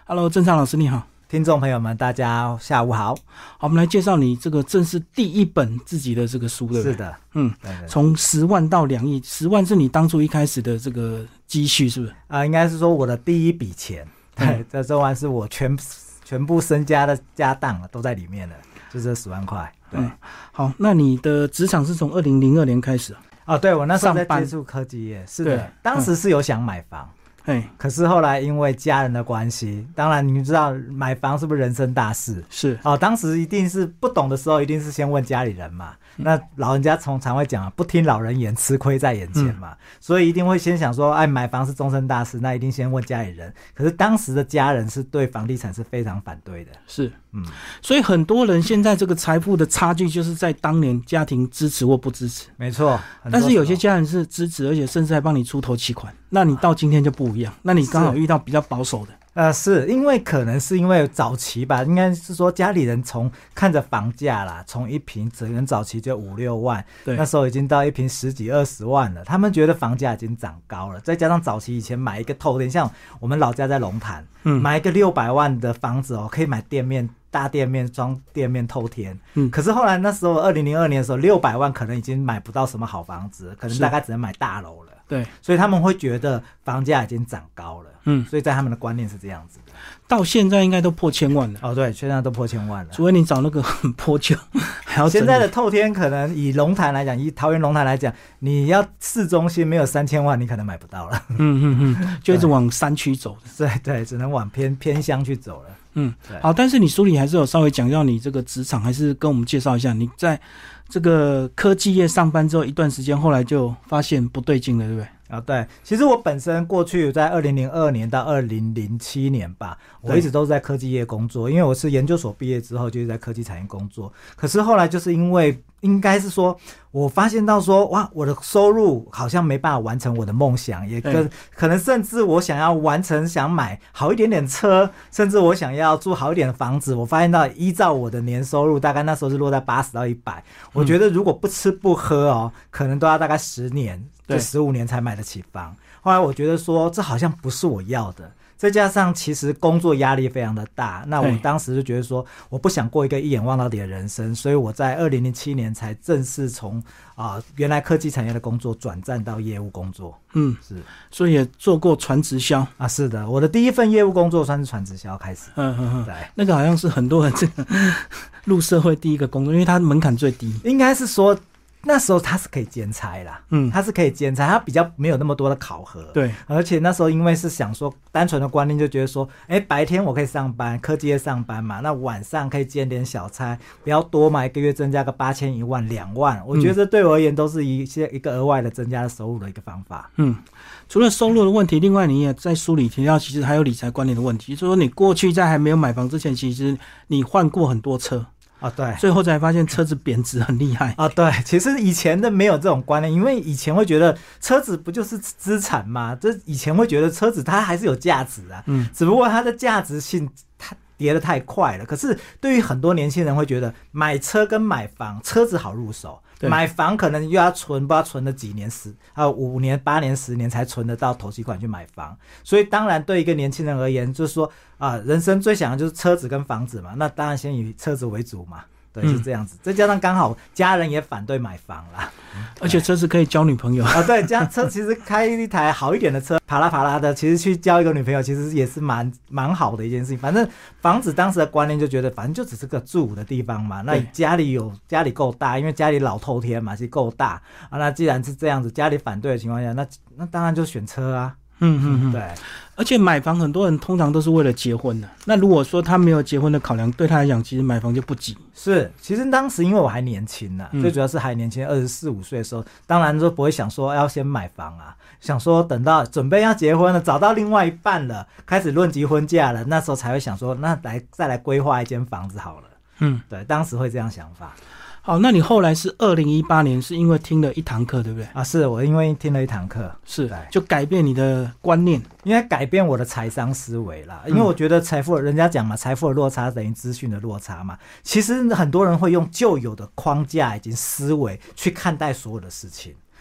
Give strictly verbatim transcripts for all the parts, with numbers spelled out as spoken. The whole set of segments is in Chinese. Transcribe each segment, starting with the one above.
Hello， 郑昌老师你好。 听众朋友们，大家下午好。 好，我们来介绍你这个正是第一本自己的这个书，对不对？ 是的， 嗯，从十万到两亿，十万是你当初一开始的这个积蓄，是不是？ 啊、呃，应该是说我的第一笔钱，对，这十万是我全全部身家的家当都在里面了，就这十万块。对、嗯， 好，那你的职场是从二零零二年开始啊？ 哦，对，我那时候在接触科技业，是的，当时是有想买房。 嗯， 可是后来因为家人的关系，当然你知道买房是不是人生大事？ 是哦，当时一定是不懂的时候，一定是先问家里人嘛。嗯、那老人家从常会讲，不听老人言，吃亏在眼前嘛、嗯，所以一定会先想说，哎，买房是终身大事，那一定先问家里人。可是当时的家人是对房地产是非常反对的， 是，嗯，所以很多人现在这个财富的差距，就是在当年家庭支持或不支持。 没错， 但是有些家人是支持，而且甚至还帮你出头期款，那你到今天就不一样，那你刚好遇到比较保守的。 呃，是因为可能是因为早期吧，应该是说家里人从看着房价啦，从一坪可能早期就五六万，对，那时候已经到一坪十几二十万了，他们觉得房价已经涨高了，再加上早期以前买一个透天，像我们老家在龙潭，嗯，买一个六百万的房子哦，可以买店面。大店面装店面透天，嗯，可是后来那时候二零零二年的时候，六百万可能已经买不到什么好房子，可能大概只能买大楼了。 对， 所以他们会觉得房价已经涨高了，嗯，所以在他们的观念是这样子的。 到现在应该都破千万了。 哦，对，现在都破千万了。 除非你找那个很破旧，还要现在的透天可能以龙潭来讲，以桃园龙潭来讲，你要市中心没有三千万，你可能买不到了。 嗯嗯嗯，就一直往山区走的。 对对，只能往偏偏乡去走了。 嗯，好，但是你书里还是有稍微讲到你这个职场，还是跟我们介绍一下，你在这个科技业上班之后一段时间，后来就发现不对劲了，对不对？ 啊，对，其实我本身过去在二零零二年到二零零七年吧，我一直都在科技业工作，因为我是研究所毕业之后就是在科技产业工作。可是后来就是因为应该是说我发现到说，哇，我的收入好像没办法完成我的梦想，也跟可能甚至我想要完成想买好一点点车，甚至我想要住好一点的房子，我发现到依照我的年收入大概那时候是落在八十到一百，我觉得如果不吃不喝哦，可能都要大概十年就十五年才买得起房。后来我觉得说这好像不是我要的，再加上其实工作压力非常的大，那我当时就觉得说我不想过一个一眼望到底的人生，所以我在二零零七年才正式从啊、呃、原来科技产业的工作转战到业务工作。 嗯，是，所以也做过传直销啊，是的，我的第一份业务工作算是传直销开始。 嗯嗯嗯，对，那个好像是很多人这个入社会第一个工作，因为它门槛最低， 应该是说。那时候他是可以兼差啦，嗯，他是可以兼差，他比较没有那么多的考核， 对， 而且那时候因为是想说单纯的观念，就觉得说，哎，白天我可以上班，科技业上班嘛，那晚上可以兼点小差，不要多嘛，一个月增加个八千、一万、两万，我觉得这对我而言都是一些一个额外的增加的收入的一个方法。 嗯，除了收入的问题，另外你也在书里提到，其实还有理财观念的问题，就是说你过去在还没有买房之前，其实你换过很多车。 啊、哦，对， 最后才发现车子贬值很厉害啊、哦！对，其实以前的没有这种观念，因为以前会觉得车子不就是资产吗？这以前会觉得车子它还是有价值啊，嗯，只不过它的价值性它跌得太快了。可是对于很多年轻人会觉得买车跟买房，车子好入手。买房可能又要存，不知道存了几年，十啊五年、八年、十年才存得到头期款去买房。所以当然对一个年轻人而言，就是说啊，人生最想要就是车子跟房子嘛，那当然先以车子为主嘛。对，是这样子。再加上刚好家人也反对买房啦， 而且车子可以交女朋友啊。对，这样车其实开一台好一点的车，啪啦啪啦的，其实去交一个女朋友，其实也是蛮蛮好的一件事情。反正房子当时的观念就觉得，反正就只是个住的地方嘛。那家里有家里够大，因为家里老透天嘛，其实够大啊。那既然是这样子，家里反对的情况下，那那当然就选车啊。 嗯嗯嗯， 对。 而且买房很多人通常都是为了结婚的，那如果说他没有结婚的考量，对他来讲其实买房就不急。 是，其实当时因为我还年轻啊、嗯、最主要是还年轻，二十四五岁的时候，当然就不会想说要先买房啊，想说等到准备要结婚了，找到另外一半了，开始论及婚嫁了，那时候才会想说那来再来规划一间房子好了。嗯，对，当时会这样想法。 好，那你后来是二零一八年是因为听了一堂课，对不对？ 啊，是我因为听了一堂课， 是就改变你的观念， 因为改变我的财商思维啦。因为我觉得财富，人家讲嘛，财富的落差等于资讯的落差嘛。其实很多人会用旧有的框架以及思维去看待所有的事情。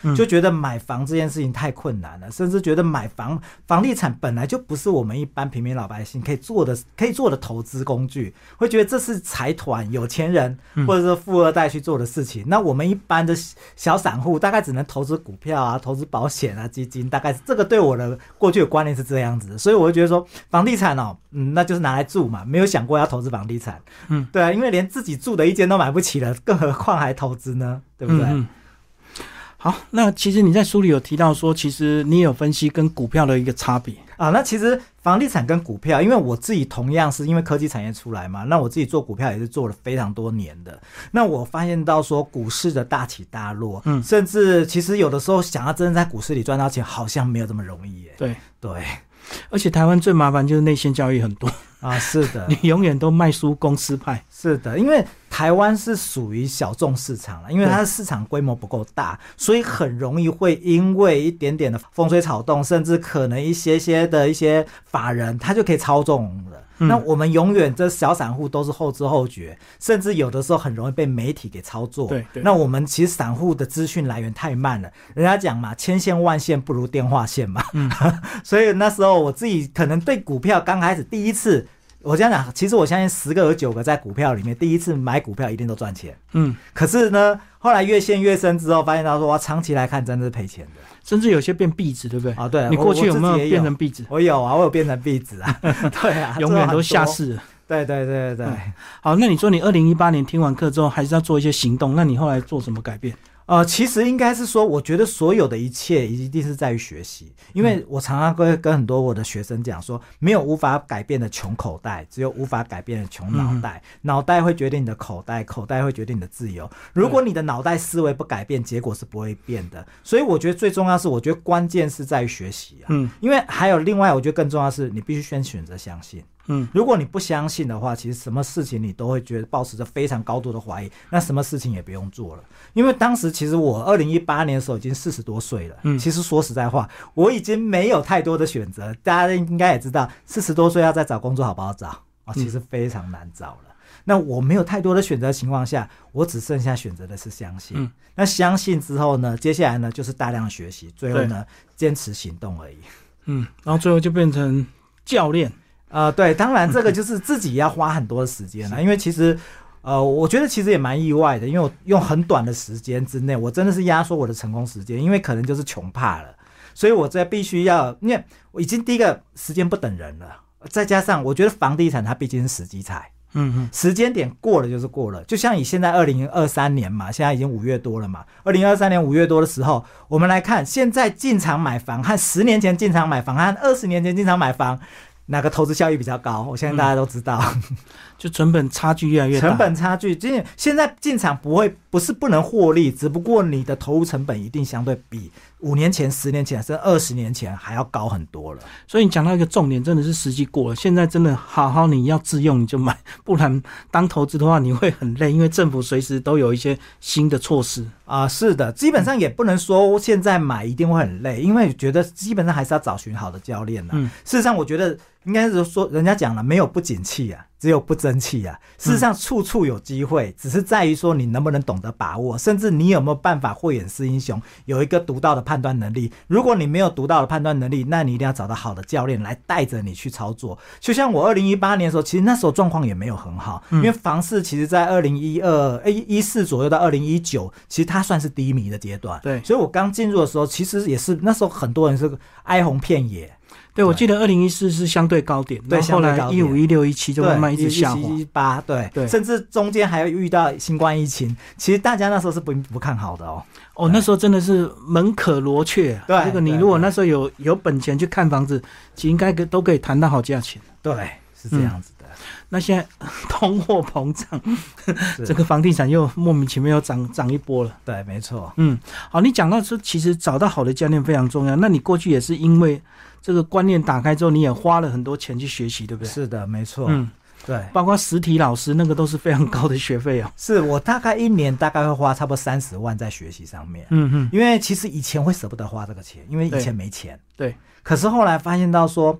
嗯、就觉得买房这件事情太困难了，甚至觉得买房房地产本来就不是我们一般平民老百姓可以做的可以做的投资工具，会觉得这是财团有钱人或者是富二代去做的事情、嗯、那我们一般的小散户大概只能投资股票啊，投资保险啊，基金，大概这个对我的过去的观念是这样子的，所以我就觉得说房地产哦，嗯，那就是拿来住嘛，没有想过要投资房地产。嗯，对啊，因为连自己住的一间都买不起了，更何况还投资呢，对不对？嗯嗯， 好，那其实你在书里有提到说，其实你也有分析跟股票的一个差别啊。那其实房地产跟股票，因为我自己同样是因为科技产业出来嘛，那我自己做股票也是做了非常多年的。那我发现到说股市的大起大落，嗯，甚至其实有的时候想要真的在股市里赚到钱，好像没有这么容易耶。 对对， 而且台湾最麻烦就是内线交易很多。 啊，是的， 你永远都卖输公司派。 是的，因为台湾是属于小众市场了，因为它的市场规模不够大，所以很容易会因为一点点的风吹草动，甚至可能一些些的一些法人，他就可以操纵了。嗯、那我们永远这小散户都是后知后觉，甚至有的时候很容易被媒体给操作。 对对， 那我们其实散户的资讯来源太慢了，人家讲嘛，千线万线不如电话线嘛。嗯，所以那时候我自己可能对股票刚开始第一次。我这样讲，其实我相信十个有九个在股票里面，第一次买股票一定都赚钱。嗯，可是呢，后来越陷越深之后，发现到说，哇，长期来看真的是赔钱的， 甚至有些变币值，对不对？ 啊，对， 你过去有没有变成币值？ 我有啊，我有变成币值啊。对啊， 永远都下市了。 对对对对对、 嗯。好，那你说你二零一八年听完课之后，还是要做一些行动，那你后来做什么改变？ 呃，其实应该是说，我觉得所有的一切一定是在于学习，因为我常常会跟很多我的学生讲说，没有无法改变的穷口袋，只有无法改变的穷脑袋。嗯、脑袋会决定你的口袋，口袋会决定你的自由。如果你的脑袋思维不改变，结果是不会变的。所以我觉得最重要是，我觉得关键是在于学习啊。嗯，因为还有另外，我觉得更重要的是，你必须先选择相信。嗯，如果你不相信的话，其实什么事情你都会觉得抱持着非常高度的怀疑，那什么事情也不用做了。因为当时其实我二零一八年的时候已经四十多岁了，嗯，其实说实在话，我已经没有太多的选择。大家应该也知道，四十多岁要再找工作好不好找啊、哦？其实非常难找了。嗯、那我没有太多的选择的情况下，我只剩下选择的是相信。嗯、那相信之后呢，接下来呢就是大量学习，最后呢坚持行动而已。 嗯，然后最后就变成教练。 呃，对，当然这个就是自己要花很多的时间了，因为其实，呃，我觉得其实也蛮意外的，因为我用很短的时间之内，我真的是压缩我的成功时间，因为可能就是穷怕了，所以我这必须要，因为我已经第一个时间不等人了，再加上我觉得房地产它毕竟是时机财，嗯嗯，时间点过了就是过了，就像以现在二零二三年嘛，现在已经五月多了嘛，二零二三年五月多的时候，我们来看现在进场买房和十年前进场买房和二十年前进场买房。哪个投资效益比较高？我相信大家都知道，嗯、 就成本差距越来越大。 成本差距，现在进场不会不是不能获利，只不过你的投入成本一定相对比五年前、十年前甚至二十年前还要高很多了。 所以你讲到一个重点，真的是时机过了。现在真的好好你要自用你就买，不然当投资的话你会很累，因为政府随时都有一些新的措施啊、呃。是的，基本上也不能说现在买一定会很累，因为觉得基本上还是要找寻好的教练啦。嗯，事实上我觉得。应该是说，人家讲了，没有不景气啊，只有不争气啊。事实上，处处有机会，只是在于说你能不能懂得把握，甚至你有没有办法慧眼识英雄，有一个独到的判断能力。如果你没有独到的判断能力，那你一定要找到好的教练来带着你去操作。就像我二零一八年的时候，其实那时候状况也没有很好，因为房市其实在二零一二、一四左右到二零一九，其实它算是低迷的阶段。 对， 所以我刚进入的时候，其实也是那时候很多人是哀鸿遍野。 对，我记得二零一四是相对高点，对，后来一五、一六、一七就慢慢一直下滑， 一七、一八，对对，甚至中间还有遇到新冠疫情，其实大家那时候是不不看好的哦。 哦，那时候真的是门可罗雀，对，这个你如果那时候有有本钱去看房子，其实应该都可以谈到好价钱。 对，是这样子的。嗯、 那现在通货膨胀，这个房地产又莫名其妙又涨涨一波了。 对，没错。 嗯，好，你讲到说，其实找到好的教练非常重要。那你过去也是因为这个观念打开之后，你也花了很多钱去学习，对不对？ 是的，没错。嗯，对， 包括实体老师那个都是非常高的学费哦。 是我大概一年大概会花差不多三十万在学习上面。嗯嗯，因为其实以前会舍不得花这个钱，因为以前没钱。 对， 可是后来发现到说，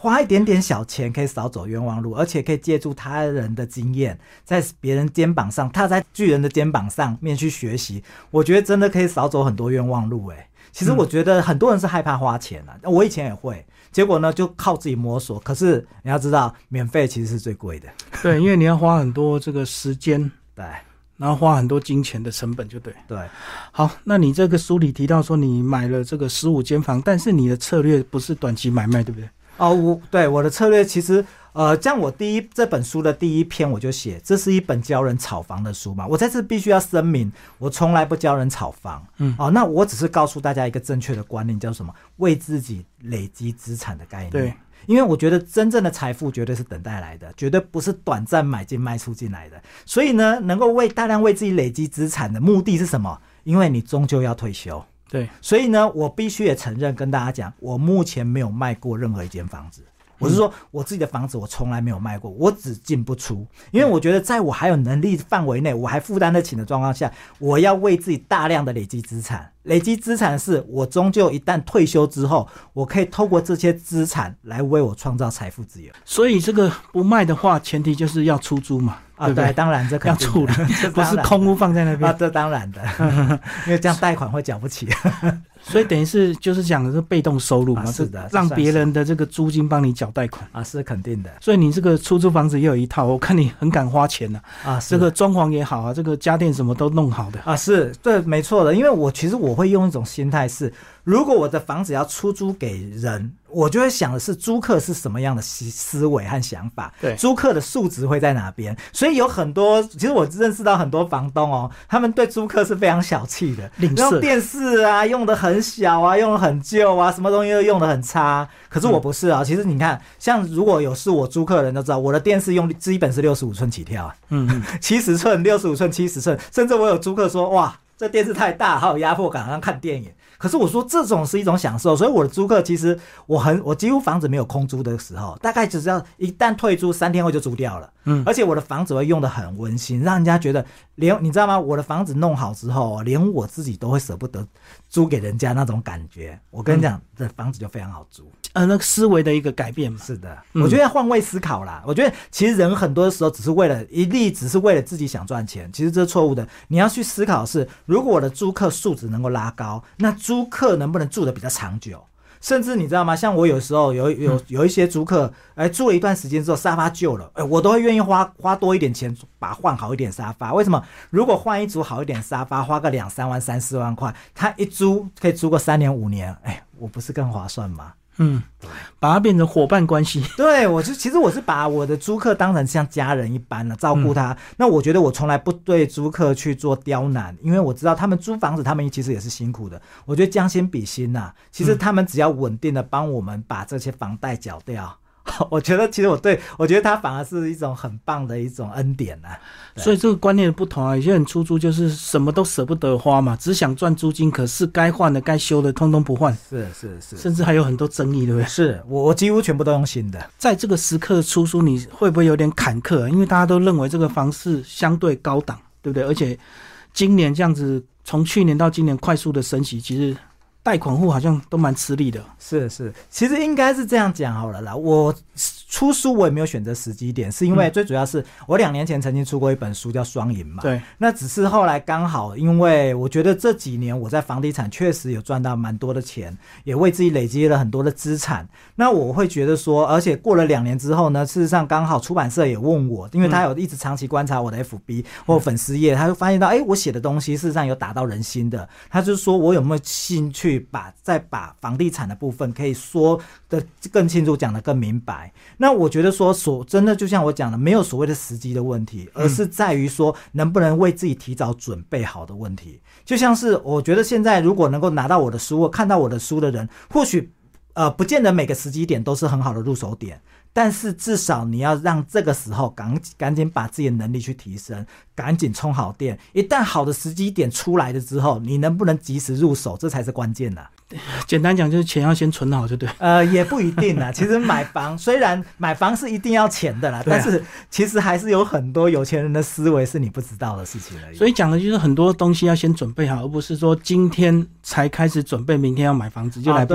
花一点点小钱可以少走冤枉路，而且可以借助他人的经验，在别人肩膀上，踏在巨人的肩膀上面去学习，我觉得真的可以少走很多冤枉路。哎，其实我觉得很多人是害怕花钱啊，我以前也会，结果呢就靠自己摸索。可是你要知道，免费其实是最贵的。 对，因为你要花很多这个时间， 对， 然后花很多金钱的成本，就对。 对， 好，那你这个书里提到说你买了这个十五间房，但是你的策略不是短期买卖，对不对？ 哦，我对我的策略其实，呃，像我第一这本书的第一篇我就写，这是一本教人炒房的书嘛。我在这必须要声明，我从来不教人炒房。嗯，哦，那我只是告诉大家一个正确的观念，叫什么？为自己累积资产的概念。 对。 因为我觉得真正的财富绝对是等待来的，绝对不是短暂买进卖出进来的。所以呢，能够为大量为自己累积资产的目的是什么？因为你终究要退休。 对， 所以呢，我必须也承认跟大家讲，我目前没有卖过任何一间房子。我是说我自己的房子我从来没有卖过，我只进不出，因为我觉得在我还有能力范围内，我还负担得起的状况下，我要为自己大量的累积资产。累积资产是我终究一旦退休之后，我可以透过这些资产来为我创造财富自由。 所以这个不卖的话，前提就是要出租嘛。 啊， 对, 对，当然这肯定要处理，不是空屋放在那边啊，这当然的，因为这样贷款会缴不起。 所以等于是就是讲的是被动收入嘛， 啊、是的， 让别人的这个租金帮你缴贷款啊，是肯定的。 所以你这个出租房子也有一套，我看你很敢花钱啊，啊，这个装潢也好啊，这个家电什么都弄好的啊，是对，没错的。因为我其实我会用一种心态是，如果我的房子要出租给人，我就会想的是租客是什么样的思维和想法， 对， 租客的素质会在哪边。所以有很多，其实我认识到很多房东哦，他们对租客是非常小气的， 吝啬， 用电视啊用的很小啊，用的很旧啊，什么东西都用的很差。可是我不是啊，嗯、其实你看，像如果有是我租客的人都知道，我的电视用基本是六十五寸起跳啊，嗯，七十寸、六十五寸、七十寸，甚至我有租客说，哇，这电视太大，好有压迫感，好像看电影。可是我说这种是一种享受，所以我的租客其实我很我几乎房子没有空租的时候，大概只要一旦退租三天后就租掉了。嗯，而且我的房子会用得很温馨，让人家觉得连你知道吗？我的房子弄好之后，连我自己都会舍不得租给人家那种感觉。我跟你讲，这、嗯、房子就非常好租。 呃，那个思维的一个改变嘛。 是的，我觉得要换位思考啦。嗯、我觉得其实人很多时候只是为了一力，只是为了自己想赚钱，其实这是错误的。你要去思考的是，如果我的租客素质能够拉高，那租客能不能住得比较长久？甚至你知道吗？像我有时候有有有一些租客，哎，住了一段时间之后，沙发旧了，哎，我都会愿意花花多一点钱把换好一点沙发。为什么？如果换一组好一点沙发，花个两三万、三四万块，他一租可以租个三年五年，哎，我不是更划算吗？ 嗯，把它变成伙伴关系。 对，我就其实我是把我的租客当成像家人一般了，照顾他。嗯、那我觉得我从来不对租客去做刁难，因为我知道他们租房子，他们其实也是辛苦的。我觉得将心比心呐、啊，其实他们只要稳定的帮我们把这些房贷缴掉。我觉得其实我对我觉得它反而是一种很棒的一种恩典啊， 所以这个观念的不同啊，有些人出租就是什么都舍不得花嘛，只想赚租金，可是该换的该修的通通不换， 是是是， 甚至还有很多争议，对不对？ 是我我几乎全部都用新的。 在这个时刻出租，你会不会有点坎坷、啊？因为大家都认为这个房市相对高档，对不对？而且今年这样子，从去年到今年快速的升息，其实贷款户好像都蛮吃力的。 是是，其实应该是这样讲好了啦。我出书我也没有选择时机点，是因为最主要是我两年前曾经出过一本书叫双赢嘛。 对。 那只是后来刚好，因为我觉得这几年我在房地产确实有赚到蛮多的钱，也为自己累积了很多的资产。那我会觉得说，而且过了两年之后呢，事实上刚好出版社也问我，因为他有一直长期观察我的 F B 或粉丝页，他就发现到，哎，我写的东西事实上有打到人心的。他就说我有没有兴趣把再把房地产的部分可以说的更清楚，讲得更明白。那我觉得说所真的就像我讲的，没有所谓的时机的问题，而是在于说能不能为自己提早准备好的问题。就像是我觉得现在如果能够拿到我的书或看到我的书的人，或许呃不见得每个时机点都是很好的入手点，但是至少你要让这个时候赶赶紧把自己的能力去提升，赶紧充好电。一旦好的时机点出来了之后，你能不能及时入手，这才是关键啊。 简单讲就是钱要先存好就对。 呃，也不一定啦。其实买房虽然买房是一定要钱的啦，啊、但是其实还是有很多有钱人的思维是你不知道的事情而已。 所以讲的就是很多东西要先准备好，而不是说今天才开始准备，明天要买房子就来不及。 哦，对，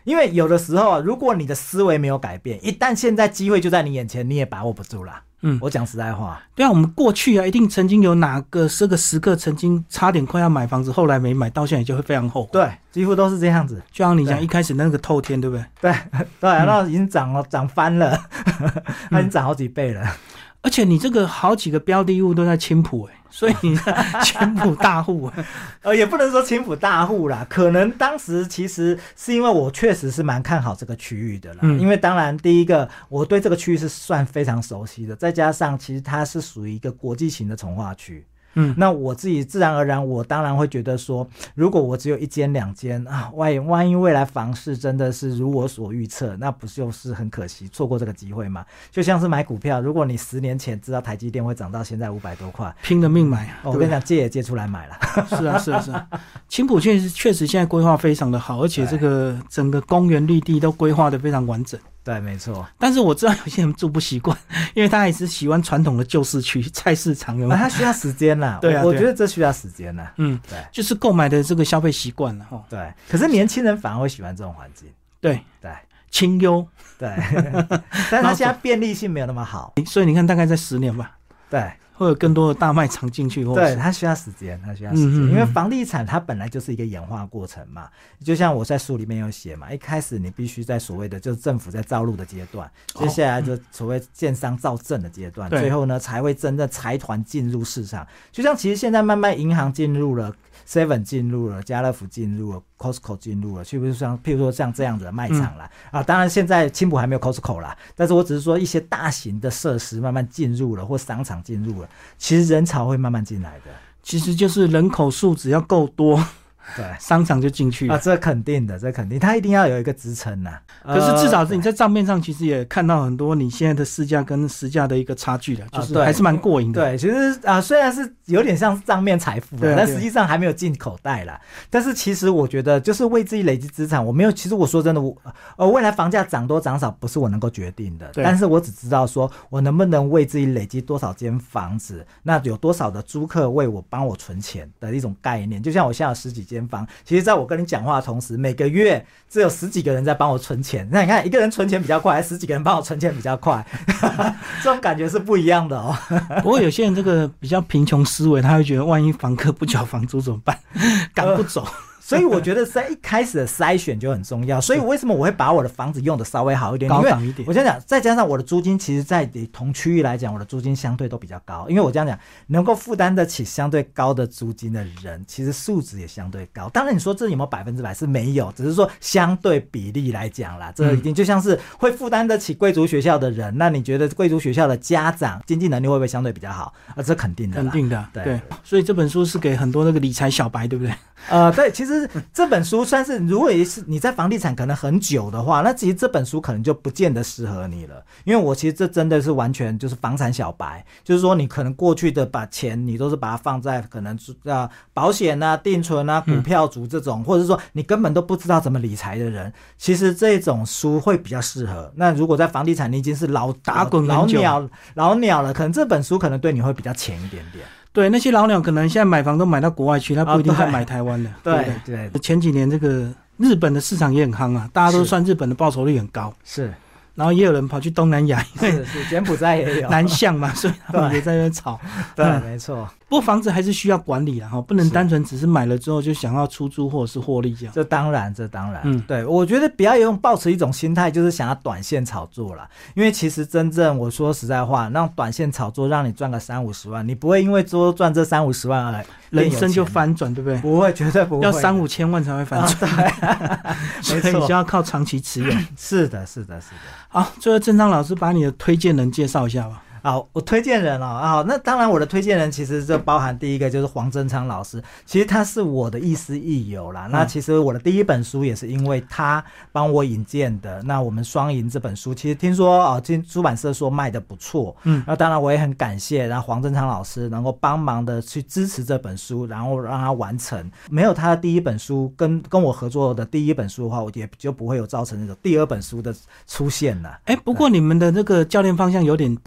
因为有的时候啊，如果你的思维没有改变，一旦现在机会就在你眼前，你也把握不住啦。嗯，我讲实在话。 对啊，我们过去啊，一定曾经有哪个这个时刻曾经差点快要买房子，后来没买，到现在就会非常后悔。 对，几乎都是这样子。 就像你讲一开始那个透天，对不对？ 对对，那、嗯、已经涨了，涨翻了，它已经涨好几倍了。嗯， 而且你这个好几个标的物都在青埔哎，所以你青埔大户呃，也不能说青埔大户啦，可能当时其实是因为我确实是蛮看好这个区域的啦、嗯、因为当然第一个我对这个区域是算非常熟悉的，再加上其实它是属于一个国际型的重划区。嗯，那我自己自然而然，我当然会觉得说，如果我只有一间两间啊，万万一未来房市真的是如我所预测，那不就是很可惜，错过这个机会吗？就像是买股票，如果你十年前知道台积电会涨到现在五百多块， 拼了命买、 哦、我跟你讲，借也借出来买了。 是啊，是啊，是啊。青埔确实确实现在规划非常的好，而且这个整个公园绿地都规划的非常完整。 对，没错。 但是我知道有些人住不习惯，因为他也是喜欢传统的旧市区菜市场有没有、 啊、他需要时间啦。 对啊， 我觉得这需要时间啦。 嗯，对，就是购买的这个消费习惯了。 对，可是年轻人反而会喜欢这种环境。 对对， 清幽。 对，但是他现在便利性没有那么好， 所以你看大概在十年吧。 对。 会有更多的大卖场进去， 对，它需要时间，它需要时间、嗯嗯嗯，因为房地产它本来就是一个演化过程嘛。就像我在书里面有写嘛，一开始你必须在所谓的就是政府在造路的阶段，接下来就所谓建商造镇的阶段，最后呢才会真正财团进入市场。就像其实现在慢慢银行进入了。seven 进入了，家乐福进入了 ，Costco 进入了，譬如像譬如说像这样子的卖场啦、嗯、啊，当然现在青埔还没有 Costco 啦，但是我只是说一些大型的设施慢慢进入了，或商场进入了，其实人潮会慢慢进来的， 其实就是人口数只要够多。对，商场就进去了啊，这肯定的，这肯定，它一定要有一个支撑呐。 可是至少是你在账面上其实也看到很多你现在的市价跟实价的一个差距了，就是还是蛮过瘾的。 对，其实啊，虽然是有点像账面财富啦，但实际上还没有进口袋啦。但是其实我觉得，就是为自己累积资产，我没有，其实我说真的，我呃，未来房价涨多涨少不是我能够决定的，但是我只知道说我能不能为自己累积多少间房子，那有多少的租客为我帮我存钱的一种概念。就像我现在有十几间房，其实在我跟你讲话的同时，每个月只有十几个人在帮我存钱，那你看一个人存钱比较快，还是十几个人帮我存钱比较快这种感觉是不一样的哦不过有些人这个比较贫穷思维，他会觉得万一房客不缴房租怎么办，赶不走、呃所以我觉得在一开始的筛选就很重要，所以为什么我会把我的房子用的稍微好一点， 高档一点。 我这样讲，再加上我的租金，其实在同区域来讲，我的租金相对都比较高。因为我这样讲，能够负担得起相对高的租金的人，其实素质也相对高。当然你说这有没有百分之百是没有，只是说相对比例来讲啦，这一定就像是会负担得起贵族学校的人，那你觉得贵族学校的家长经济能力会不会相对比较好？啊，这肯定的啦， 肯定的， 对。 对，所以这本书是给很多那个理财小白，对不对？ 呃，对，其实这本书算是，如果也是你在房地产可能很久的话，那其实这本书可能就不见得适合你了，因为我其实这真的是完全就是房产小白，就是说你可能过去的把钱你都是把它放在可能啊保险啊、定存啊、股票族这种、嗯，或者是说你根本都不知道怎么理财的人，其实这种书会比较适合。那如果在房地产你已经是老打滚老鸟老鸟了，可能这本书可能对你会比较浅一点点。 对，那些老鸟可能现在买房都买到国外去，他不一定在买台湾的、哦。 对对, 对, 对，前几年这个日本的市场也很夯啊，大家都算日本的报酬率很高。 是。 然后也有人跑去东南亚， 是是，柬埔寨也有南向嘛，所以他们也在那边炒。 对，嗯、没错。 不过房子还是需要管理啦，不能单纯只是买了之后就想要出租或者是获利这样。 这当然，这当然，嗯，对，我觉得不要用抱持一种心态，就是想要短线炒作啦。因为其实真正我说实在话，那种短线炒作让你赚个三五十万，你不会因为多赚这三五十万而人生就翻转，对不对？ 不会，绝对不会。 要三五千万才会翻转， 啊、 对，所以就要靠长期持有。 是的，是的，是的。 好，最后郑昌老师把你的推荐人介绍一下吧。 好，我推荐人哦，啊，那当然我的推荐人其实就包含第一个就是黄正昌老师，其实他是我的亦师亦友啦、嗯。那其实我的第一本书也是因为他帮我引荐的。那我们双赢这本书，其实听说哦，今出版社说卖得不错，嗯，那当然我也很感谢，然后黄正昌老师能够帮忙的去支持这本书，然后让他完成。没有他的第一本书跟跟我合作的第一本书的话，我也就不会有造成那种第二本书的出现了。 哎，不过你们的这个教练方向有点不一样，对不对？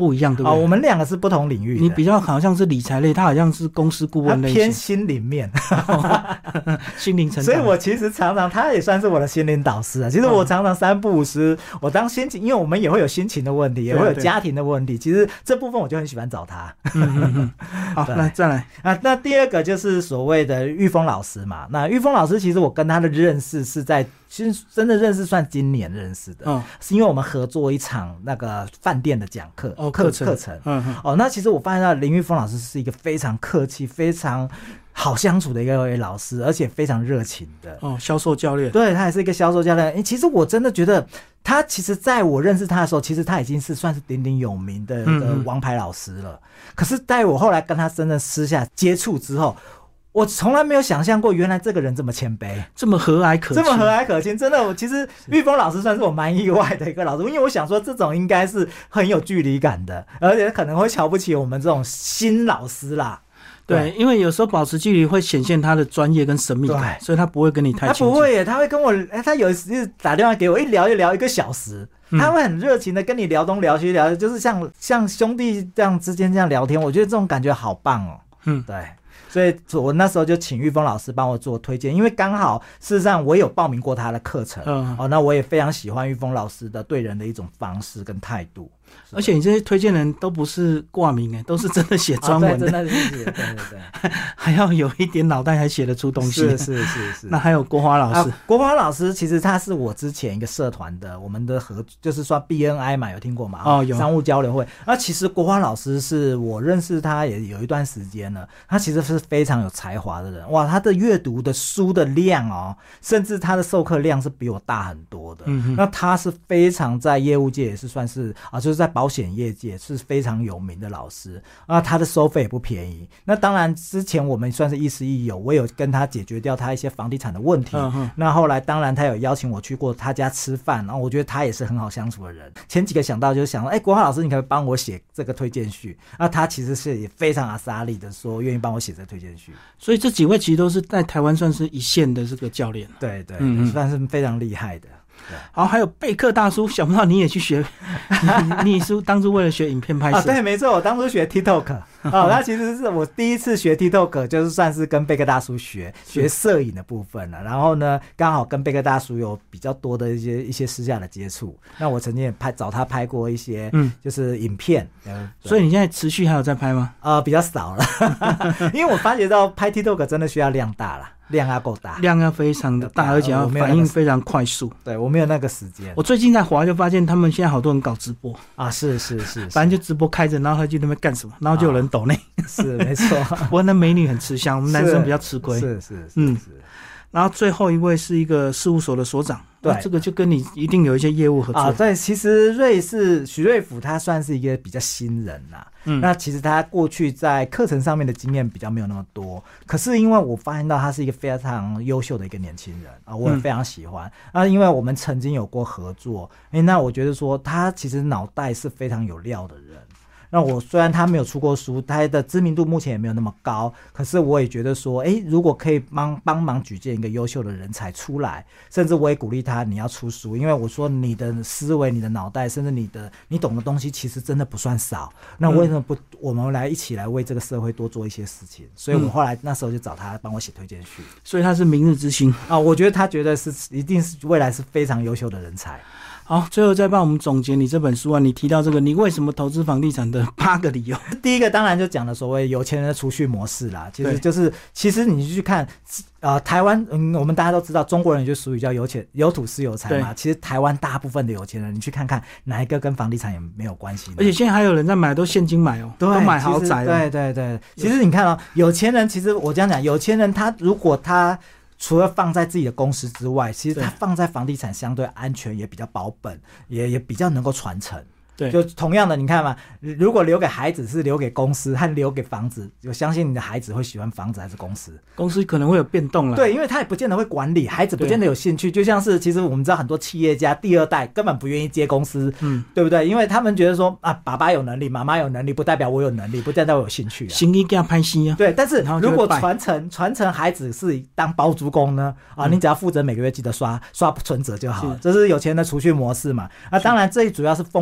对？哦， 我们两个是不同领域的。 你比较好像是理财类，他好像是公司顾问类型， 偏心灵面， 心灵成长。 所以我其实常常，他也算是我的心灵导师啊。其实我常常三不五时，我当心情，因为我们也会有心情的问题，也会有家庭的问题。其实这部分我就很喜欢找他。 嗯嗯嗯。好，那再来啊，那第二个就是所谓的玉峰老师嘛。那玉峰老师其实我跟他的认识是在，其实真的认识算今年认识的，嗯，是因为我们合作一场那个饭店的讲课哦课程课程， 嗯嗯。 哦，那其实我发现到林玉峰老师是一个非常客气、非常好相处的一位老师，而且非常热情的哦，销售教练。 对，他也是一个销售教练。其实我真的觉得他其实在我认识他的时候，其实他已经是算是鼎鼎有名的一个王牌老师了。嗯嗯。可是在我后来跟他真正私下接触之后，我从来没有想象过原来这个人这么谦卑， 这么和蔼可亲， 这么和蔼可亲。真的，我其实玉峰老师算是我蛮意外的一个老师，因为我想说这种应该是很有距离感的，而且可能会瞧不起我们这种新老师啦。 对，因为有时候保持距离会显现他的专业跟神秘感，所以他不会跟你太亲近。 他不会耶，他会跟我，他有一次打电话给我，一聊就聊一个小时，嗯、他会很热情的跟你聊东聊西聊，就是像像兄弟这样之间这样聊天，我觉得这种感觉好棒哦。嗯，对。所以我那时候就请玉峰老师帮我做推荐，因为刚好事实上我有报名过他的课程，嗯，哦，那我也非常喜欢玉峰老师的对人的一种方式跟态度。 而且你这些推荐人都不是挂名，都是真的写专文的， 哦、真的是写，对对对， 还要有一点脑袋，还写得出东西。 是是是是。 那还有国华老师， 啊、国华老师其实他是我之前一个社团的，我们的合就是说 B N I 嘛，有听过吗？ 哦，有。 商务交流会。那其实国华老师是我认识他也有一段时间了，他其实是非常有才华的人。哇，他的阅读的书的量哦，甚至他的授课量是比我大很多的。嗯，那他是非常在业务界也是算是啊，就是在保险业界是非常有名的老师啊，他的收费也不便宜。那当然之前我们算是亦师亦友，我有跟他解决掉他一些房地产的问题。嗯、那后来当然他有邀请我去过他家吃饭，然后我觉得他也是很好相处的人。前几个想到就是想说，哎，国华老师，你可不可以帮我写这个推荐序？那他其实是也非常阿莎力的说愿意帮我写这个推荐序。 所以这几位其实都是在台湾算是一线的这个教练。 对对，嗯、算是非常厉害的。 好，还有贝克大叔，想不到你也去学，你你是当初为了学影片拍摄啊？对，没错，我当初学 TikTok 啊，那其实是我第一次学 TikTok， 就是算是跟贝克大叔学学摄影的部分了。然后呢，刚好跟贝克大叔有比较多的一些一些私下的接触。那我曾经也拍找他拍过一些，嗯，就是影片。嗯、 所以你现在持续还有在拍吗？ 呃，比较少了，因为我发觉到拍 TikTok 真的需要量大了。量要够大， 量要非常的大，而且要反应非常快速。 对，我没有那个时间。 我最近在滑就发现他们现在好多人搞直播啊，是是 是, 是， 反正就直播开着，然后他就那边干什么，然后就有人抖内、 啊，是没错。 不过那美女很吃香，我们男生比较吃亏。 是是 是, 是， 嗯。然后最后一位是一个事务所的所长， 对， 这个就跟你一定有一些业务合作啊。对，其实瑞士许瑞甫他算是一个比较新人啦、嗯，那其实他过去在课程上面的经验比较没有那么多，可是因为我发现到他是一个非常优秀的一个年轻人啊，我也非常喜欢、嗯、啊，因为我们曾经有过合作，哎，那我觉得说他其实脑袋是非常有料的人。那我虽然他没有出过书，他的知名度目前也没有那么高，可是我也觉得说，哎，如果可以帮帮忙举荐一个优秀的人才出来，甚至我也鼓励他你要出书，因为我说你的思维、你的脑袋，甚至你的你懂的东西，其实真的不算少。那为什么不、嗯、我们来一起来为这个社会多做一些事情？所以我后来那时候就找他帮我写推荐序。 所以他是明日之星啊，我觉得他绝对是一定是未来是非常优秀的人才。 好，最后再帮我们总结你这本书啊，你提到这个你为什么投资房地产的八个理由。 第一个当然就讲了所谓有钱人的储蓄模式啦，其实就是其实你去看呃台湾，嗯，我们大家都知道中国人就属于叫有钱有土斯有财嘛，其实台湾大部分的有钱人，你去看看哪一个跟房地产也没有关系的。 而且现在还有人在买，都现金买哦，都买豪宅哦。 对对对，其实你看哦，有钱人其实我这样讲，有钱人他如果他除了放在自己的公司之外，其实它放在房地产相对安全，也比较保本，也也比较能够传承。 对， 就同样的，你看嘛，如果留给孩子是留给公司和留给房子，我相信你的孩子会喜欢房子还是公司？ 公司可能会有变动了。 对，因为他也不见得会管理，孩子不见得有兴趣。就像是其实我们知道很多企业家第二代根本不愿意接公司，嗯，对不对？因为他们觉得说啊，爸爸有能力，妈妈有能力，不代表我有能力，不代表我有兴趣啊。 心意给他拍戏啊。 对，但是如果传承传承孩子是当包租公呢？啊，你只要负责每个月记得刷刷存折就好了，这是有钱的储蓄模式嘛。啊，当然这主要是风险考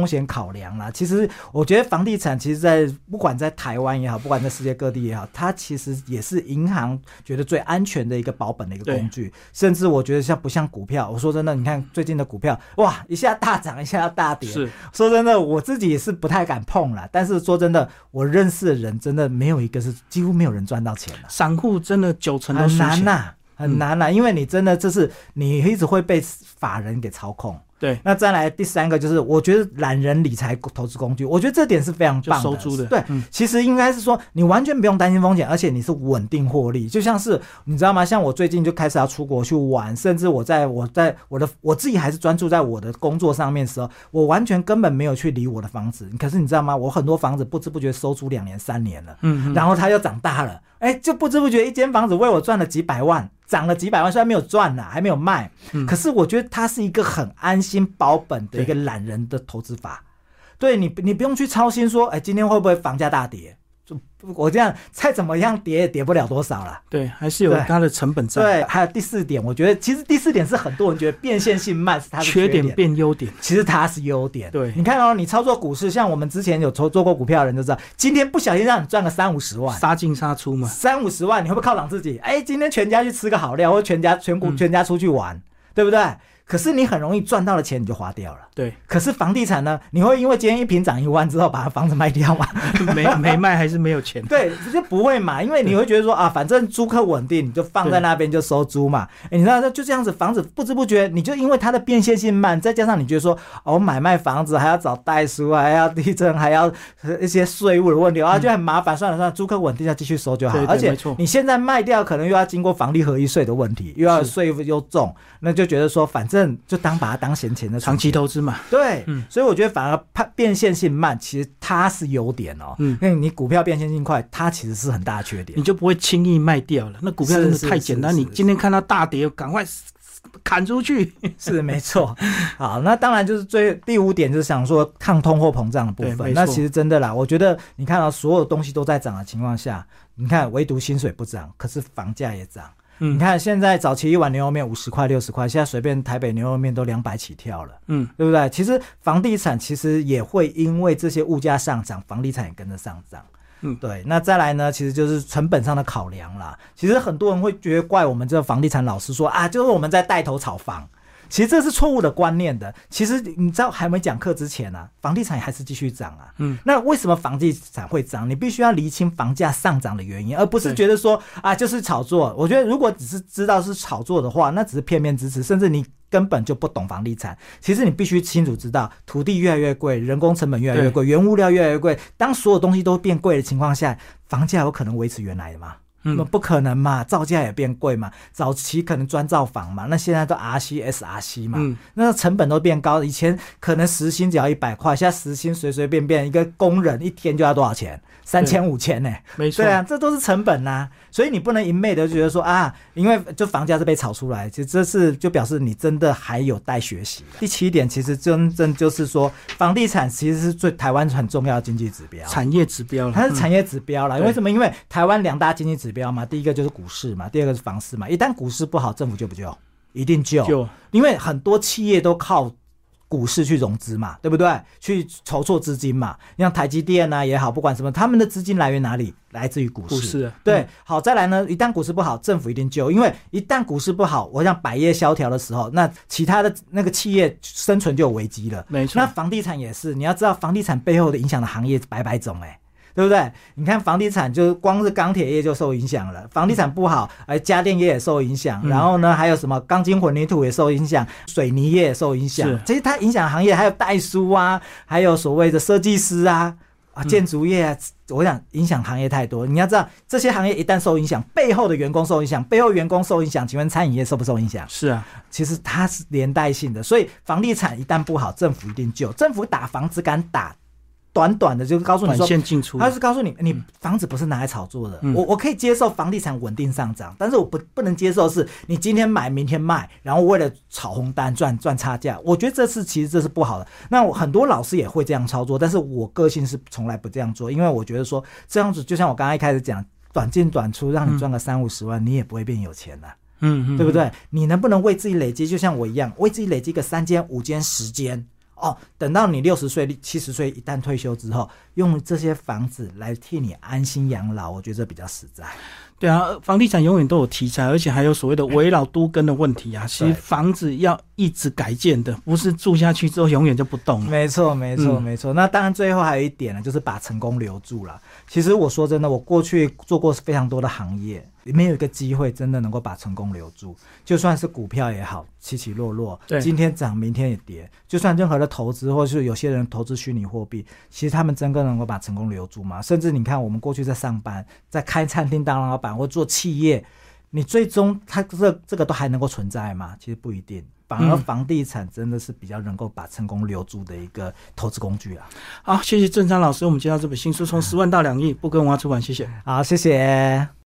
考量啦。其实我觉得房地产其实在不管在台湾也好，不管在世界各地也好，它其实也是银行觉得最安全的一个保本的一个工具。甚至我觉得像不像股票，我说真的，你看最近的股票哇，一下大涨一下大跌， 是说真的我自己也是不太敢碰啦。但是说真的，我认识的人真的没有一个是几乎没有人赚到钱了。 散户真的九成都输钱， 很难啊很难啦、啊嗯，因为你真的就是你一直会被法人给操控。 对， 那再来第三个就是，我觉得懒人理财投资工具，我觉得这点是非常棒的。 就收租的， 对、嗯，其实应该是说你完全不用担心风险，而且你是稳定获利。就像是你知道吗？像我最近就开始要出国去玩，甚至我在我在我的我自己还是专注在我的工作上面的时候，我完全根本没有去理我的房子。可是你知道吗？我很多房子不知不觉收租两年三年了，嗯，然后它又长大了。哎，就不知不觉一间房子为我赚了几百万，涨了几百万，虽然没有赚啦，还没有卖、嗯，可是我觉得它是一个很安心保本的一个懒人的投资法。对，你，你不用去操心说，哎，今天会不会房价大跌？我这样再怎么样跌也跌不了多少啦。 对，还是有它的成本在。 对，还有第四点，我觉得其实第四点是很多人觉得变现性慢是它的缺点， 缺点变优点， 其实它是优点。 对， 你看哦，你操作股市，像我们之前有做做过股票的人就知道，今天不小心让你赚个三五十万， 杀进杀出嘛， 三五十万，你会不会犒赏自己？哎，今天全家去吃个好料，或者全家全股全家出去玩，嗯、对不对？可是你很容易赚到的钱你就花掉了。 对。 可是房地产呢？你会因为今天一坪涨一万之后把房子卖掉吗？ 没没卖还是没有钱。 对，就不会嘛，因为你会觉得说啊，反正租客稳定，你就放在那边就收租嘛。你知道，就这样子，房子不知不觉你就因为它的变现性慢，再加上你觉得说哦，买卖房子还要找代书，还要地震，还要一些税务的问题啊，就很麻烦。嗯、算了算了，租客稳定要继续收就好。 对对， 而且你现在卖掉，可能又要经过房地合一税的问题，又要税又重，那就觉得说反正。就当把它当闲钱的长期投资嘛。 对、嗯，所以我觉得反而变现性慢，其实它是优点哦。嗯，因为你股票变现性快，它其实是很大的缺点， 你就不会轻易卖掉了。那股票真的太简单，你今天看到大跌，赶快砍出去。 是没错。好，那当然就是最第五点就是想说抗通货膨胀的部分。那其实真的啦，我觉得你看到所有东西都在涨的情况下，你看唯独薪水不涨，可是房价也涨。嗯、你看现在早期一碗牛肉面五十块六十块，现在随便台北牛肉面都两百起跳了，嗯，对不对？其实房地产其实也会因为这些物价上涨，房地产也跟着上涨。嗯，对。那再来呢，其实就是成本上的考量啦。其实很多人会觉得怪我们这个房地产老师说啊，就是我们在带头炒房。其实这是错误的观念的。其实你知道还没讲课之前啊，房地产还是继续涨啊。嗯，那为什么房地产会涨？你必须要厘清房价上涨的原因，而不是觉得说啊就是炒作。我觉得如果只是知道是炒作的话，那只是片面支持，甚至你根本就不懂房地产。其实你必须清楚知道，土地越来越贵，人工成本越来越贵，原物料越来越贵。当所有东西都变贵的情况下，房价有可能维持原来的吗？嗯，不可能嘛，造价也变贵嘛，早期可能砖造房嘛，那现在都 R C S R C 嘛，嗯，那成本都变高，以前可能时薪只要一百块，现在时薪随随便便一个工人一天就要多少钱？三千五千呢？ 没错， 对啊，这都是成本啊，所以你不能一昧的觉得说啊，因为就房价是被炒出来，其实这是就表示你真的还有待学习。第七点，其实真正就是说，房地产其实是最台湾很重要的经济指标， 产业指标， 它是产业指标啦。嗯、为什么？因为台湾两大经济指标嘛，第一个就是股市嘛，第二个是房市嘛。一旦股市不好，政府救不救？一定救，救，因为很多企业都靠股市去融资嘛，对不对？去筹措资金嘛，像台积电啊也好，不管什么，他们的资金来源哪里？来自于股市。 股市、啊、 对、嗯，好，再来呢，一旦股市不好，政府一定救，因为一旦股市不好，我想百业萧条的时候，那其他的那个企业生存就有危机了。 没错。 那房地产也是，你要知道房地产背后的影响的行业百百种哎、欸。对不对？你看房地产就光是钢铁业就受影响了，房地产不好，哎，家电业也受影响，嗯、然后呢，还有什么钢筋混凝土也受影响，水泥业也受影响。其实它影响行业还有代书啊，还有所谓的设计师啊，啊，建筑业啊，嗯、我想影响行业太多。你要知道，这些行业一旦受影响，背后的员工受影响，背后员工受影响，请问餐饮业受不受影响？ 是啊， 其实它是连带性的，所以房地产一旦不好，政府一定救。政府打房子敢打？短短的就告诉你说， 短线进出， 他是告诉你，你房子不是拿来炒作的。嗯、我我可以接受房地产稳定上涨，但是我不不能接受是你今天买明天卖，然后为了炒红单赚赚差价。我觉得这是其实这是不好的。那我很多老师也会这样操作，但是我个性是从来不这样做，因为我觉得说这样子就像我刚才一开始讲，短进短出，让你赚个三五十万，嗯、你也不会变有钱的，啊。嗯嗯，对不对？你能不能为自己累积，就像我一样，为自己累积个三间、五间、十间？ 哦，等到你六十岁、七十岁一旦退休之后，用这些房子来替你安心养老，我觉得这比较实在。 对啊，房地产永远都有题材，而且还有所谓的危老都更的问题啊。其实房子要一直改建的，不是住下去之后永远就不动了。 没错，没错，没错。那当然，最后还有一点呢，就是把成功留住了。其实我说真的，我过去做过非常多的行业，没有一个机会真的能够把成功留住。就算是股票也好，起起落落，今天涨，明天也跌。就算任何的投资，或是有些人投资虚拟货币，其实他们真的能够把成功留住吗？甚至你看，我们过去在上班，在开餐厅当老板或做企业，你最终它这这个都还能够存在吗？其实不一定。反而房地产真的是比较能够把成功留住的一个投资工具啊。 好，谢谢郑昌老师，我们介绍这本新书《从十万到两亿》，不跟文化出版，谢谢。 好，谢谢。